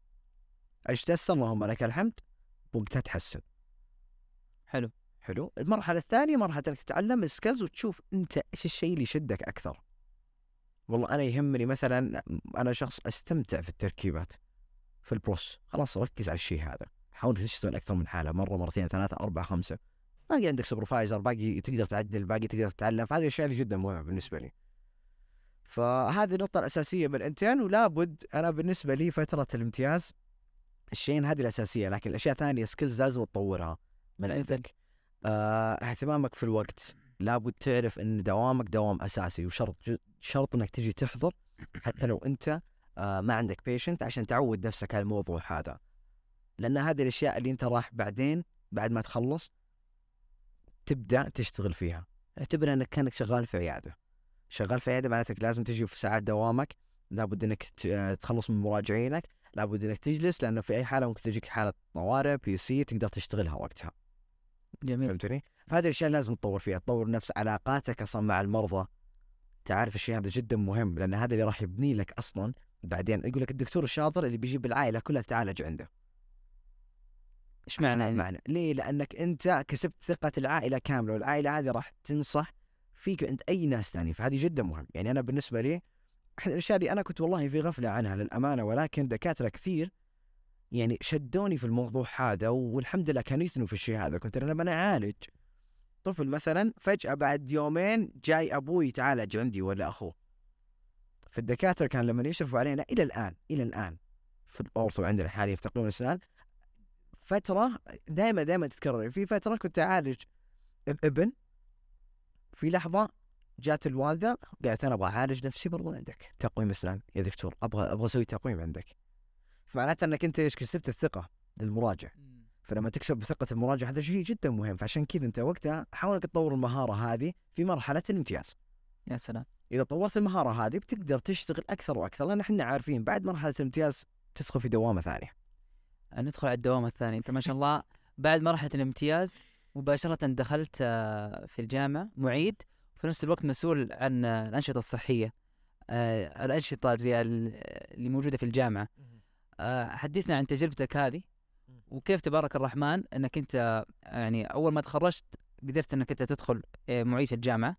اجتز اللهم لك الحمد وقتها تحسن. حلو. المرحله الثانيه مرحله انك تتعلم السكيلز وتشوف انت ايش الشيء اللي يشدك اكثر. والله انا يهمني مثلا، انا شخص استمتع في التركيبات في البروس، خلاص ركز على الشيء هذا، حاول تشتغل اكثر من حاله، مره مرتين ثلاثه اربعه خمسه، باقي عندك سوبرفايزر، باقي تقدر تعدل، باقي تقدر تتعلم، فهذه الاشياء اللي جدا مهمه بالنسبه لي. فهذه النقطه الاساسيه بالانتين. ولا بد انا بالنسبه لي فتره الامتياز الشيء هذه الاساسيه، لكن الاشياء ثانيه سكيلز لازم تطورها من عندك. اهتمامك في الوقت، لابد تعرف ان دوامك دوام اساسي، وشرط شرط انك تجي تحضر حتى لو انت ما عندك بيشنت، عشان تعود نفسك على الموضوع هذا، لان هذه الاشياء اللي انت راح بعدين بعد ما تخلص تبدا تشتغل فيها. اعتبر انك كانك شغال في عياده. شغال في عياده معناتك لازم تجي في ساعات دوامك، لابد انك تخلص من مراجعينك، لابد انك تجلس، لانه في اي حاله ممكن تجيك حاله طوارئ بي سي تقدر تشتغلها وقتها. جميل. فهمتني؟ فهذه الاشياء لازم تطور فيها، تطور نفس علاقاتك اصلا مع المرضى. تعرف الشيء هذا جدا مهم، لان هذا اللي راح يبني لك اصلا بعدين. يقول لك الدكتور الشاطر اللي بيجيب العائله كلها تعالج عنده. ايش معنى؟ معنى ليه؟ لانك انت كسبت ثقه العائله كامله، والعائله هذه راح تنصح فيك عند اي ناس ثاني، فهذه جدا مهم. يعني انا بالنسبه لي احد الاشياء اللي انا كنت والله في غفله عنها للامانه، ولكن دكاتره كثير يعني شدوني في الموضوع هذا، والحمد لله كانوا يثنوا في الشيء هذا. كنت انا لما اعالج طفل مثلا فجأة بعد يومين جاي أبوي يتعالج عندي ولا أخوه، فالدكاترة كان لما يشرفوا علينا إلى الآن في الأورثو عندنا حاليا في تقويم الأسنان، فترة دائما تتكرر. في فترة كنت أعالج الابن، في لحظة جات الوالدة قالت أنا أبغى أعالج نفسي برضو عندك تقويم أسنان يا دكتور، أبغى أسوي تقويم عندك. فمعناته أنك أنت إيش كسبت الثقة للمراجع. فلما تكسب ثقة المراجع هذا شيء جدا مهم. فعشان كذا انت وقتها حاول انك تطور المهارة هذه في مرحلة الامتياز. يا سلام. اذا طورت المهارة هذه بتقدر تشتغل اكثر واكثر، لان احنا عارفين بعد مرحلة الامتياز تدخل في دوامة ثانية. ندخل على الدوام الثاني. انت ما شاء الله بعد مرحلة الامتياز مباشرة دخلت في الجامعة معيد، وفي نفس الوقت مسؤول عن الأنشطة الصحية، الأنشطة اللي موجودة في الجامعة. حدثنا عن تجربتك هذه، وكيف تبارك الرحمن انك انت يعني اول ما تخرجت قدرت انك انت تدخل معيد الجامعة.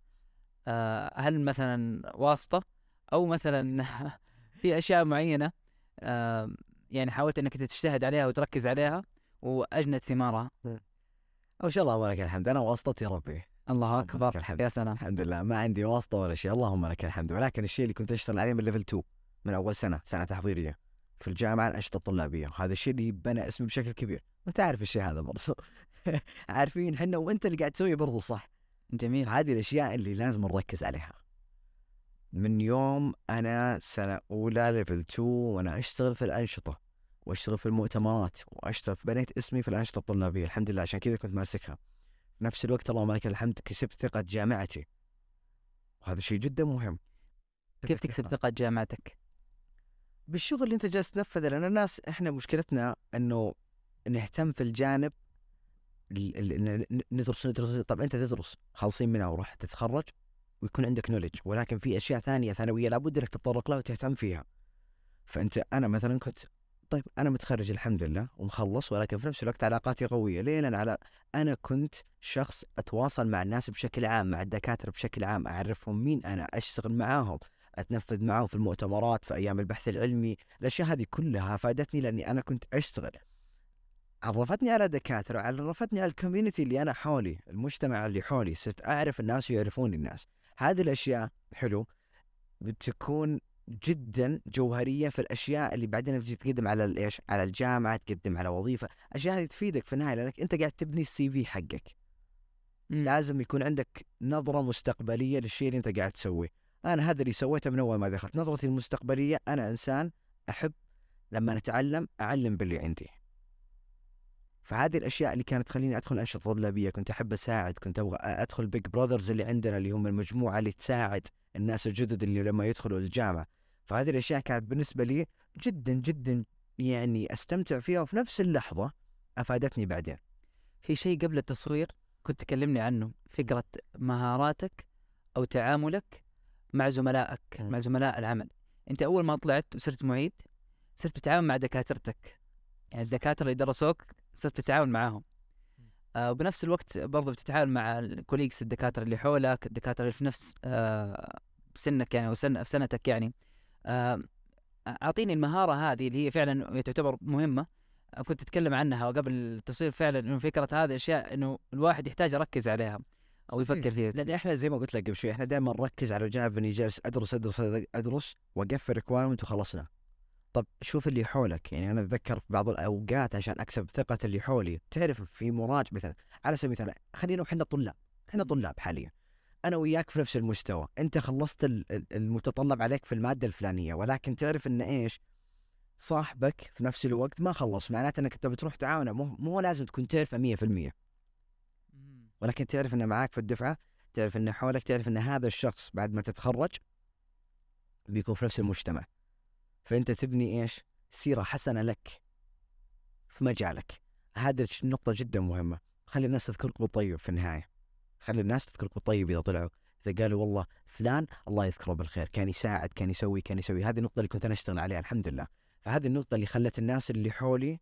هل مثلا واسطة او مثلا في اشياء معينة يعني حاولت انك انت تجتهد عليها وتركز عليها واجنت ثمارها؟ او شاء الله ولك الحمد، انا واسطتي ربي. الله اكبر. يا سلام. الحمد لله ما عندي واسطة ولا شيء، اللهم لك الحمد. ولكن الشيء اللي كنت اشتغل عليه من ليفل 2 من اول سنة تحضيرية في الجامعة، الأنشطة الطلابية، هذا الشيء اللي بنى اسمي بشكل كبير. وانت عارف الشيء هذا برضو عارفين حنا، وانت اللي قاعد تسويه برضو صح. جميل. هذه الاشياء اللي لازم نركز عليها. من يوم انا سنة اولى ليفل 2 وانا اشتغل في الأنشطة واشتغل في المؤتمرات واشتغل، بنيت اسمي في الأنشطة الطلابية الحمد لله، عشان كذا كنت ماسكها. في نفس الوقت اللهم لك الحمد كسبت ثقة جامعتي، وهذا شيء جدا مهم. كيف تكسب ثقة جامعتك؟ بالشغل اللي انت جالس تنفذه. لان الناس احنا مشكلتنا انه نهتم في الجانب ندرس. طب انت تدرس خالصين منها وراح تتخرج ويكون عندك نولج، ولكن في اشياء ثانيه ثانويه لابد انك تتطرق لها وتهتم فيها. انا مثلا كنت طيب أنا متخرج الحمد لله ومخلص، ولكن في نفس الوقت علاقاتي قوية. ليه؟ لأن أنا كنت شخص أتواصل مع الناس بشكل عام، مع الدكاترة بشكل عام، أعرفهم مين أنا، أشتغل معاهم، أتنفذ معاهم في المؤتمرات، في أيام البحث العلمي. الأشياء هذه كلها فادتني لأني أنا كنت أشتغل، عرفتني على دكاترة، عرفتني على الكوميونتي اللي أنا حولي، المجتمع اللي حولي، صرت أعرف الناس ويعرفوني الناس. هذه الأشياء حلو، بتكون جدا جوهرية في الأشياء اللي بعدين بتجي تقدم على الإيش، على الجامعة، تقدم على وظيفة. أشياء هذه تفيدك في النهاية، لأنك أنت قاعد تبني السي في حقك. لازم يكون عندك نظرة مستقبلية للشيء اللي أنت قاعد تسويه. أنا هذا اللي سويته من أول ما دخلت، نظرتي المستقبلية. أنا إنسان أحب لما أتعلم أعلم باللي عندي. فهذه الأشياء اللي كانت تخليني أدخل أنشطة طلابية. كنت أحب أساعد، كنت أبغى أدخل بيج براذرز اللي عندنا، اللي هم المجموعة اللي تساعد الناس الجدد اللي لما يدخلوا الجامعة. فهذه الأشياء كانت بالنسبة لي جدا جدا يعني أستمتع فيها، وفي نفس اللحظة أفادتني بعدين. في شيء قبل التصوير كنت تكلمني عنه، فكرة مهاراتك أو تعاملك مع زملائك، مع زملاء العمل. أنت أول ما طلعت وصرت معيد صرت تتعامل مع دكاترتك، يعني الدكاترة اللي درسوك صرت تتعامل معاهم. وبنفس الوقت برضو بتتعامل مع الكوليكس، الدكاترة اللي حولك، الدكاترة اللي في نفس سنك يعني، أو في سنتك يعني. أعطيني المهارة هذه اللي هي فعلا تعتبر مهمة، كنت تتكلم عنها قبل التصوير، فعلا إنه فكرة هذه الأشياء إنه الواحد يحتاج يركز عليها أو يفكر فيها. لأن إحنا زي ما قلت لك قبل شوي، إحنا دائما نركز على جانب إني جالس أدرس أدرس أدرس وأقفل ريكوايرمنت وخلصنا. طب شوف اللي حولك. يعني أنا أتذكر في بعض الأوقات عشان أكسب ثقة اللي حولي، تعرف في مراجعة مثلا، على سبيل المثال خلينا وحنا طلاب، إحنا طلاب حاليا، أنا وياك في نفس المستوى، أنت خلصت المتطلب عليك في المادة الفلانية، ولكن تعرف إن إيش صاحبك في نفس الوقت ما خلص، معناته أنك أنت بتروح تعاونه. مو لازم تكون تعرفه 100%، ولكن تعرف إنه معاك في الدفعة، تعرف إنه حولك، تعرف إن هذا الشخص بعد ما تتخرج بيكون في نفس المجتمع. فأنت تبني إيش؟ سيرة حسنة لك في مجالك. هذه النقطة جدا مهمة. خلي الناس تذكرك بالطيب في النهاية، خلي الناس تذكرك بالطيب إذا طلعوا، إذا قالوا والله فلان الله يذكره بالخير، كان يساعد، كان يسوي، كان يسوي. هذه النقطة اللي كنت أنا أشتغل عليها الحمد لله. فهذه النقطة اللي خلت الناس اللي حولي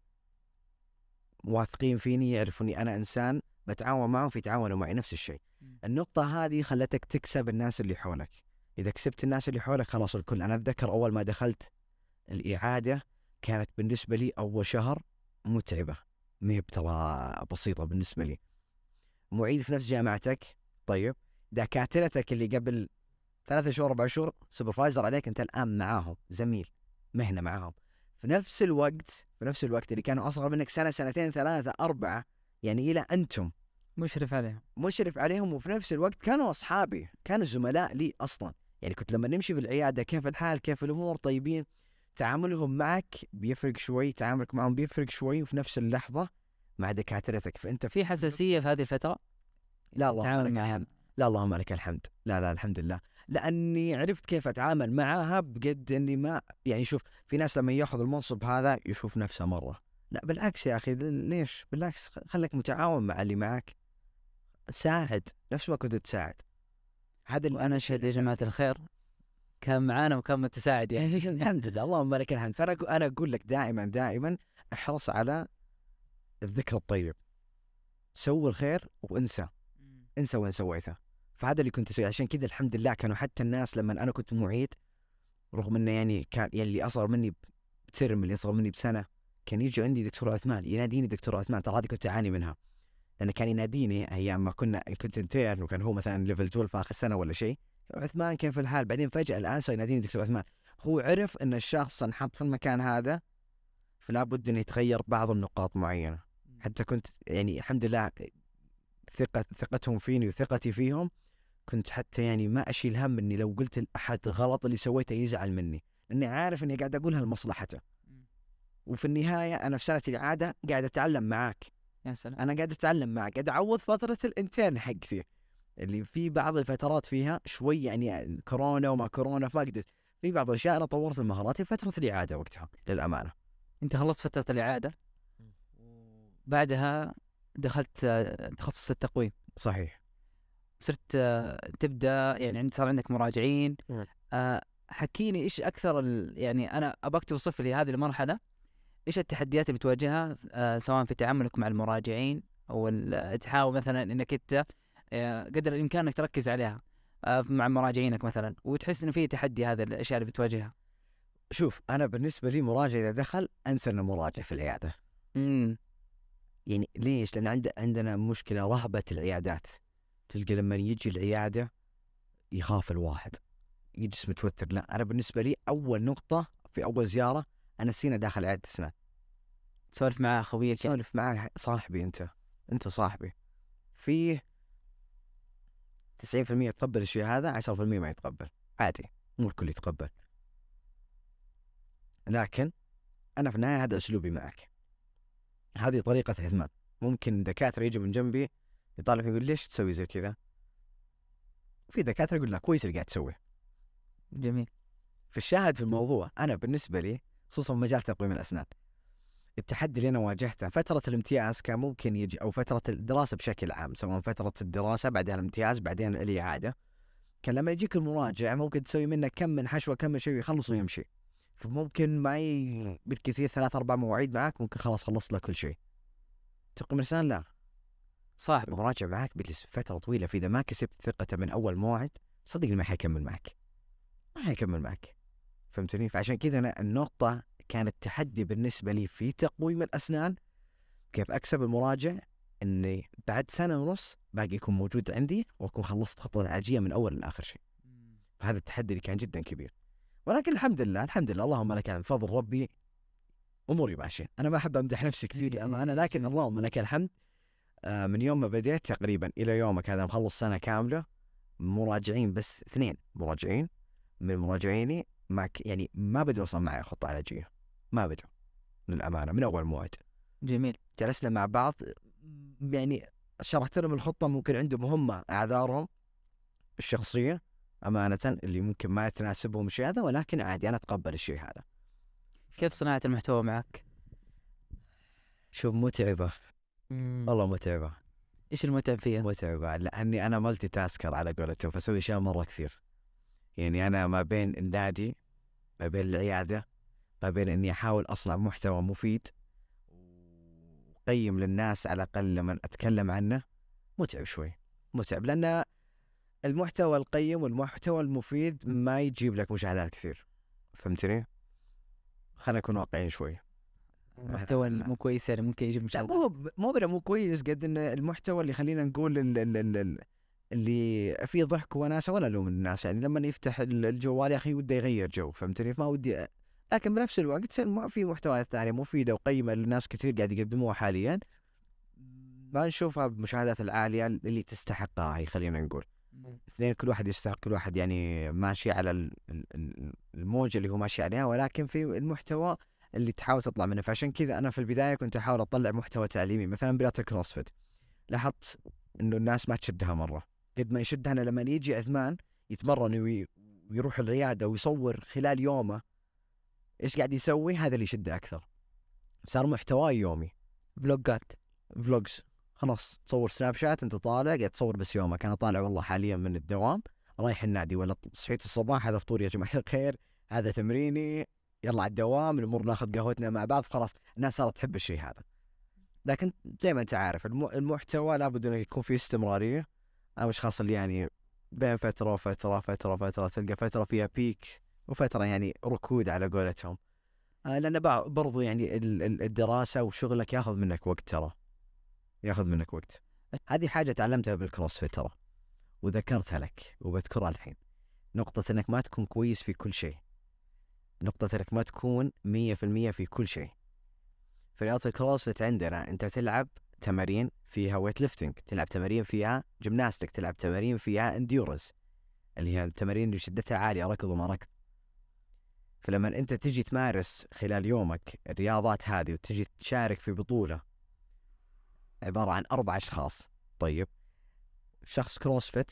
واثقين فيني، يعرفوني أنا إنسان بتعاون معهم، في تعاونوا معي نفس الشيء. النقطة هذه خلتك تكسب الناس اللي حولك. إذا كسبت الناس اللي حولك خلاص الكل. أنا أتذكر أول ما دخلت الإعادة كانت بالنسبة لي أول شهر متعبة، ما هي ترى بسيطة بالنسبة لي. معيد في نفس جامعتك، طيب دكاترتك اللي قبل 3 شهور 4 شهور سوبرفايزر عليك، أنت الآن معاهم زميل مهنة معاهم. في نفس الوقت اللي كانوا أصغر منك سنة، سنتين، 3، 4، يعني إلى أنتم مشرف عليهم. وفي نفس الوقت كانوا أصحابي، كانوا زملاء لي أصلا. يعني كنت لما نمشي في العيادة كيف الحال، كيف الأمور، طيبين. تعاملهم معك بيفرق شوي، تعاملك معهم بيفرق شوي، وفي نفس اللحظة مع دكاترتك. فأنت في حساسية في هذه الفترة؟ لا اللهم لك الحمد. لا اللهم لك الحمد. لا الحمد لله، لأني عرفت كيف أتعامل معها بقد إني ما يعني. شوف في ناس لما ياخذ المنصب هذا يشوف نفسه مرة، لا بالعكس يا أخي، ليش؟ بالعكس خليك متعاون مع اللي معك، ساعد نفس ما كنت تساعد. هذا وأنا أشهد يا جماعة الخير كان معانا وكان متساعد يعني. الحمد لله اللهم لك الحمد. فأنا أقول لك دائما احرص على الذكر الطيب، سوي الخير وانسى وين سويته. فهذا اللي كنت أسويه. عشان كذا الحمد لله كانوا حتى الناس لما أنا كنت معيد، رغم إنه يعني كان يعني اللي أصغر مني بترم، اللي أصغر مني بسنة، كان يجي عندي دكتور عثمان يناديني دكتور عثمان. ترى هذه كنت أعاني منها، لأنه كان يناديني أيام ما كنت انترن، وكان هو مثلا ليفل 12 في آخر سنة ولا شيء، عثمان كيف الحال. بعدين فجأة الآن صار يناديني دكتور عثمان. هو عرف إن الشخص انحط في المكان هذا، فلا بد إنه يتغير بعض النقاط معينة. حتى كنت يعني الحمد لله ثقتهم فيني وثقتي فيهم، كنت حتى يعني ما أشيل هم إني لو قلت لأحد غلط اللي سويته يزعل مني، لأني عارف إني قاعد أقولها لمصلحته. وفي النهاية أنا في سنة الإعادة قاعد أتعلم معاك. يا سلام. أنا قاعد أتعلم معك، قاعد أعوض فترة الانترن حقتي اللي في بعض الفترات فيها شوي يعني كورونا وما كورونا فقدت في بعض الأشياء. أنا طورت المهارات في فترة الإعادة وقتها للأمانة. أنت خلصت فترة الإعادة، بعدها دخلت تخصص التقويم. صحيح. صرت تبدأ يعني صار عندك مراجعين. حكيني إيش أكثر يعني أنا أبغاك توصف لي هذه المرحلة ايش التحديات اللي بتواجهها سواء في تعاملك مع المراجعين او تحاول مثلا انك انت قدر الامكان انك تركز عليها مع مراجعينك مثلا، وتحس انه في تحدي هذا الاشياء اللي بتواجهها؟ شوف انا بالنسبه لي مراجع اذا دخل انسى انه مراجع في العياده. يعني ليش؟ لان عندنا مشكله رهبه العيادات. تلقى لما يجي العياده يخاف الواحد، يجلس متوتر. لا انا بالنسبه لي اول نقطه في اول زياره انا سينا داخل عياده اسنان، تسولف مع خويك يعني. سولف معاه صاحبي، انت صاحبي. فيه 90% يتقبل الشيء هذا، 10% ما يتقبل، عادي، مو الكل يتقبل. لكن انا في النهايه هذا اسلوبي معك، هذه طريقه عثمان. ممكن دكاتره يجوا من جنبي يطالع يقول ليش تسوي زي كذا، في دكاتره يقول لا كويس اللي قاعد تسويه. جميل. في الشاهد في الموضوع انا بالنسبه لي خصوصا مجال تقويم الاسنان، التحدي اللي انا واجهته فتره الامتياز كان ممكن يجي، او فتره الدراسه بشكل عام، سواء فتره الدراسه بعدها الامتياز بعدين الاعاده، كان لما يجيك المراجع ممكن تسوي منه كم من حشوه كم من شيء يخلص ويمشي. فممكن معي بالكثير 3-4 مواعيد معك، ممكن خلاص خلصت له كل شيء. تقويم الاسنان لا، صاحبه المراجع معك بجلس فتره طويله، فاذا ما كسبت ثقته من اول موعد صدقني ما حيكمل معك، ما حيكمل معك. فهمتني؟ فعشان كذا أنا النقطة كانت تحدي بالنسبة لي في تقويم الأسنان، كيف أكسب المراجع إني بعد سنة ونص باقي يكون موجود عندي وأكون خلصت خطة العلاجية من أول لآخر شيء. هذا التحدي اللي كان جدا كبير، ولكن الحمد لله الحمد لله اللهم لك الحمد، فضل ربي أموري ماشية. أنا ما أحب أمدح نفسي كثير للأمانة، لكن اللهم لك الحمد. من يوم ما بديت تقريبا إلى يومك هذا مخلص سنة كاملة، مراجعين بس 2 مراجعين من مراجعيني معك يعني ما بدوا أصلا معي خطة علاجية، ما بدوا للأمانة من أول موعد. جميل. جلسنا مع بعض يعني شرحت لهم الخطة، ممكن عندهم هم أعذارهم الشخصية أمانة اللي ممكن ما تناسبهم الشيء هذا، ولكن عادي أنا أتقبل الشيء هذا. كيف صناعة المحتوى معك؟ شوف متعبة، والله متعبة. ايش المتعب فيها؟ متعبة لأني أنا مالتي تاسكر على قولتهم، فسوي أشياء مرة كثير. يعني أنا ما بين النادي، ما بين العيادة، ما بين إني أحاول أصنع محتوى مفيد وقيم للناس على الأقل لما أتكلم عنه، متعب شوي، متعب. لأن المحتوى القيم والمحتوى المفيد ما يجيب لك مشاهدات كثير، فهمتني؟ خلينا نكون واقعيين شوي. المحتوى مو كويس يعني ممكن يجيب لا مشاهدات. مو بلا مو كويس، قد ان المحتوى اللي خلينا نقول اللي فيه ضحك وناسه، ولا لوم الناس. يعني لما يفتح الجوال يا اخي وده يغير جو، فهمتني؟ فما ودي لكن بنفس الوقت في محتويات ثانيه مفيده وقيمه للناس كثير قاعد يقدموها حاليا، ما نشوفها بالمشاهدات العاليه اللي تستحقها. هي خلينا نقول 2 كل واحد يستحق، كل واحد يعني ماشي على الموجة اللي هو ماشي عليها، ولكن في المحتوى اللي تحاول تطلع منه. فعشان كذا أنا في البداية كنت أحاول أطلع محتوى تعليمي. مثلا بداية الكروسفيت لاحظت إنه الناس ما تشدها مرة قد ما يشدها أنا لما يجي عثمان يتمرن ويروح العيادة ويصور خلال يومه إيش قاعد يسوي، هذا اللي يشده أكثر. صار محتوى يومي، فلوجات، فلوجز، خلاص تصور سناب شات انت طالع قاعد تصور بس يومك. انا طالع والله حاليا من الدوام رايح النادي، ولا صحيت الصباح هذا فطوري يا جماعه الخير، هذا تمريني، يلا على الدوام، الامور ناخذ قهوتنا مع بعض. خلاص الناس صارت تحب الشيء هذا. لكن زي ما انت عارف المحتوى لابد انه يكون فيه استمراريه. او اشخاص اللي يعني بين فتره وفتره فتره فتره، تلقى فتره فيها بيك وفتره يعني ركود على قولتهم. لان برضو يعني الدراسه وشغلك ياخذ منك وقت، ترى ياخذ منك وقت. هذه حاجة تعلمتها بالكروسفيت ترى، وذكرتها لك وبذكرها الحين. نقطة انك ما تكون كويس في كل شيء، نقطة انك ما تكون 100% في كل شيء. في رياضة الكروسفيت عندنا انت تلعب تمارين فيها ويت ليفتنج، تلعب تمارين فيها جيمناستيك، تلعب تمارين فيها انديورنس اللي هي التمارين اللي شدتها عالية، ركض وما ركض. فلما انت تجي تمارس خلال يومك الرياضات هذه وتجي تشارك في بطولة عبارة عن 4 أشخاص، طيب شخص كروسفيت،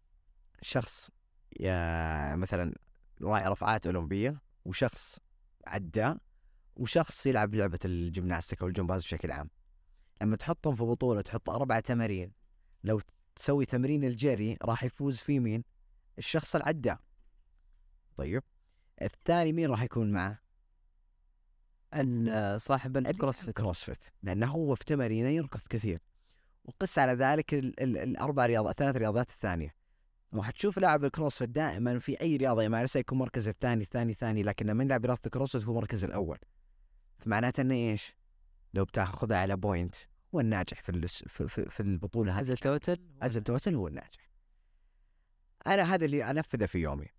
شخص مثلا راعي رفعات أولمبية، وشخص عداء، وشخص يلعب لعبة الجيمناستيك أو الجمباز بشكل عام. لما تحطهم في بطولة تحط 4 تمارين، لو تسوي تمرين الجري راح يفوز فيه مين؟ الشخص العداء. طيب الثاني مين راح يكون معه؟ صاحب الكروسفيت. كروسفيت، لانه هو في تمارينه يركض كثير. وقس على ذلك الاربع رياضات، ثلاث رياضات الثانيه. وحتشوف لاعب الكروسفيت دائما في اي رياضه يمارسها يكون مركز الثاني، لكن لما يلعب رياضه الكروسفيت هو مركز الاول. فمعناته انه ايش؟ لو بتاخذها على بوينت، هو الناجح في البطوله هذه. أزل توتل هو الناجح. انا هذا اللي انفذه في يومي.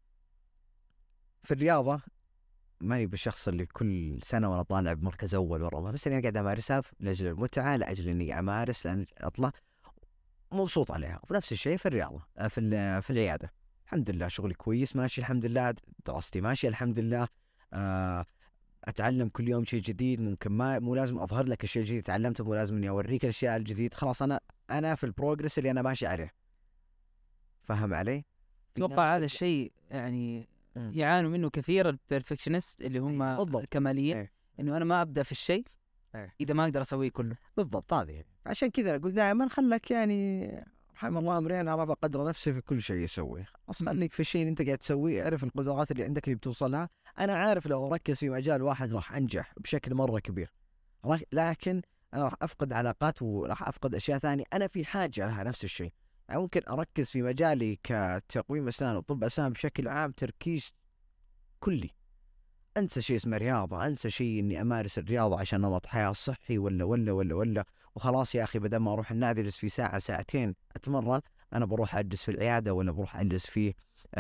في الرياضه ماني بالشخص اللي كل سنه وانا طالع بمركز اول ورا، بس اني قاعد امارسها لاجل المتعه، لاجل اني امارس، لان اطلع مبسوط عليها. ونفس الشيء في الرياضه، في العياده. الحمد لله شغلي كويس ماشي، الحمد لله دراستي ماشيه الحمد لله. اتعلم كل يوم شيء جديد. ممكن مو لازم اظهر لك الشيء الجديد تعلمته، مو لازم اني اوريك الاشياء الجديد. خلاص انا في البروجرس اللي انا ماشي عليه. فهم علي؟ اتوقع هذا الشيء يعني يعانوا منه كثير البيرفكشنست اللي هم الكماليين. انه انا ما ابدا في الشيء اذا ما اقدر اسويه كله. بالضبط، هذه عشان كذا اقول دائما خلك يعني رحم الله امرئ عرف قدر نفسه في كل شيء يسويه. اصلا خليك في الشيء اللي انت قاعد تسويه، اعرف القدرات اللي عندك اللي بتوصلها. انا عارف لو اركز في مجال واحد راح انجح بشكل مره كبير، لكن انا راح افقد علاقات وراح افقد اشياء ثانيه انا في حاجه لها. نفس الشيء يعني ممكن اركز في مجالي كتقويم اسنان وطب اسنان بشكل عام تركيز كلي، انسى شيء اسمه رياضه، انسى شيء اني امارس الرياضه عشان نمط حياه صحي ولا وخلاص يا اخي بدل ما اروح النادي اجلس في ساعه ساعتين اتمرن، انا بروح اجلس في العياده ولا بروح اجلس في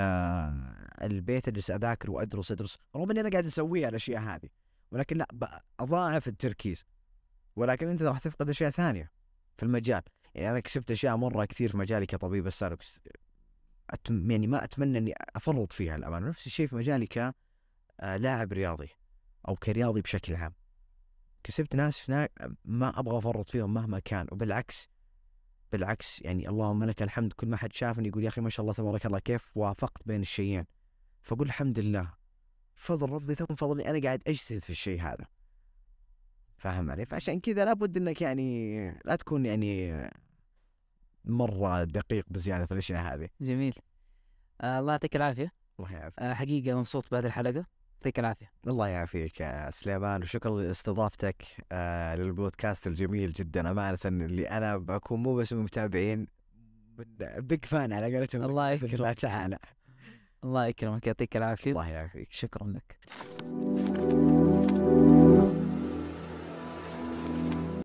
البيت اجلس اذاكر وادرس رغم اني انا قاعد اسويها الاشياء هذه، ولكن لا اضاعف التركيز. ولكن انت راح تفقد اشياء ثانيه في المجال. يعني انا كسبت اشياء مره كثير في مجالي كطبيب اسنان، يعني ما اتمنى اني افرط فيها الامانه. نفس الشيء في مجالي لاعب رياضي او كرياضي بشكل عام، كسبت ناس ما ابغى افرط فيهم مهما كان. وبالعكس يعني اللهم لك الحمد، كل ما حد شافني يقول يا اخي ما شاء الله تبارك الله كيف وافقت بين الشيئين، فاقول الحمد لله فضل ربي ثم فضلي، انا قاعد اجتهد في الشيء هذا. فاهم علي؟ فعشان كذا لابد انك يعني لا تكون يعني مره دقيق بزياده في الاشياء هذه. جميل. الله يعطيك العافيه. الله يعافيك. حقيقه مبسوط بهذه الحلقه. يعطيك العافيه. الله يعافيك يا سليمان، وشكرا لاستضافتك للبودكاست الجميل جدا امانه، اللي انا بكون مو بس من المتابعين، بيج فان على قولتهم. الله يكرمك. الله تعالى. الله يكرمك، يعطيك العافيه. الله يعافيك. شكرا لك.